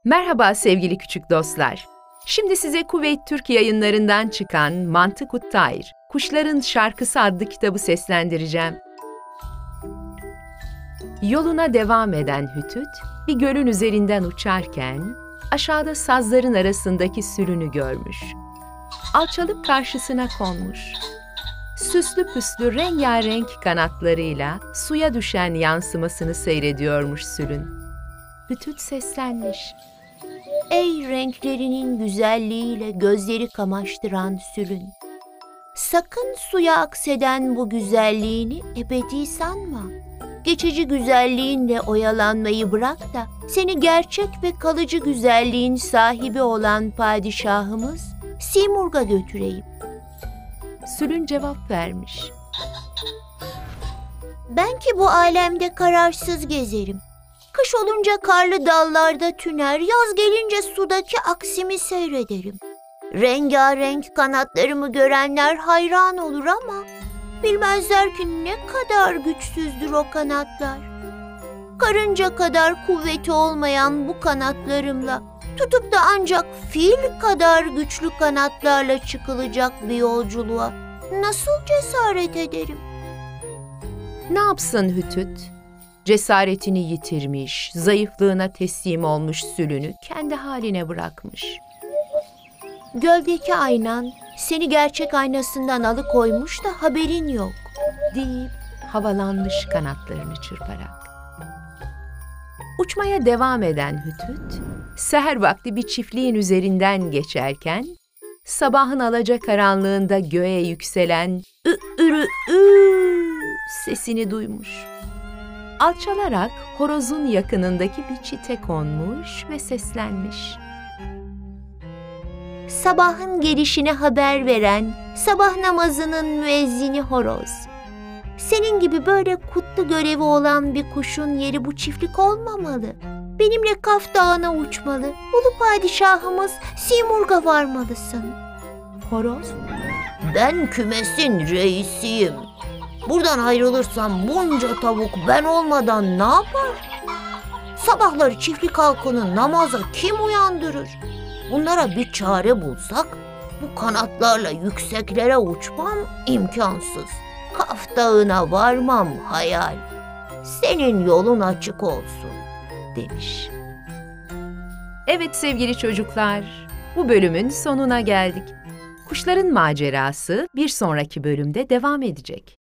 Merhaba sevgili küçük dostlar. Şimdi size Kuveyt Türk Yayınları'ndan çıkan Mantık-ı Tayr, Kuşların Şarkısı adlı kitabı seslendireceğim. Yoluna devam eden Hütüt, bir gölün üzerinden uçarken, aşağıda sazların arasındaki sürünü görmüş. Alçalıp karşısına konmuş. Süslü püslü rengarenk kanatlarıyla suya düşen yansımasını seyrediyormuş sülün. Hütüt seslenmiş. Ey renklerinin güzelliğiyle gözleri kamaştıran sülün! Sakın suya akseden bu güzelliğini ebedi sanma. Geçici güzelliğinle oyalanmayı bırak da seni gerçek ve kalıcı güzelliğin sahibi olan padişahımız Simurg'a götüreyim. Sülün cevap vermiş. Ben ki bu alemde kararsız gezerim. Kış olunca karlı dallarda tüner, yaz gelince sudaki aksimi seyrederim. Rengarenk kanatlarımı görenler hayran olur ama bilmezler ki ne kadar güçsüzdür o kanatlar. Karınca kadar kuvveti olmayan bu kanatlarımla tutup da ancak fil kadar güçlü kanatlarla çıkılacak bir yolculuğa nasıl cesaret ederim? Ne yapsın Hütüt? Cesaretini yitirmiş, zayıflığına teslim olmuş sülünü kendi haline bırakmış. Göldeki aynan seni gerçek aynasından alıkoymuş da haberin yok deyip havalanmış kanatlarını çırparak. Uçmaya devam eden Hütüt, seher vakti bir çiftliğin üzerinden geçerken, sabahın alacakaranlığında göğe yükselen ı-ırı sesini duymuş. Alçalarak horozun yakınındaki bir çite konmuş ve seslenmiş. Sabahın gelişine haber veren sabah namazının müezzini horoz. Senin gibi böyle kutlu görevi olan bir kuşun yeri bu çiftlik olmamalı. Benimle Kaf Dağı'na uçmalı. Ulu padişahımız Simurg'a varmalısın. Horoz, ben kümesin reisiyim. Buradan ayrılırsam bunca tavuk ben olmadan ne yapar? Sabahları çiftlik halkını namaza kim uyandırır? Bunlara bir çare bulsak bu kanatlarla yükseklere uçmam imkansız. Kaf Dağı'na varmam hayal. Senin yolun açık olsun demiş. Evet sevgili çocuklar, bu bölümün sonuna geldik. Kuşların macerası bir sonraki bölümde devam edecek.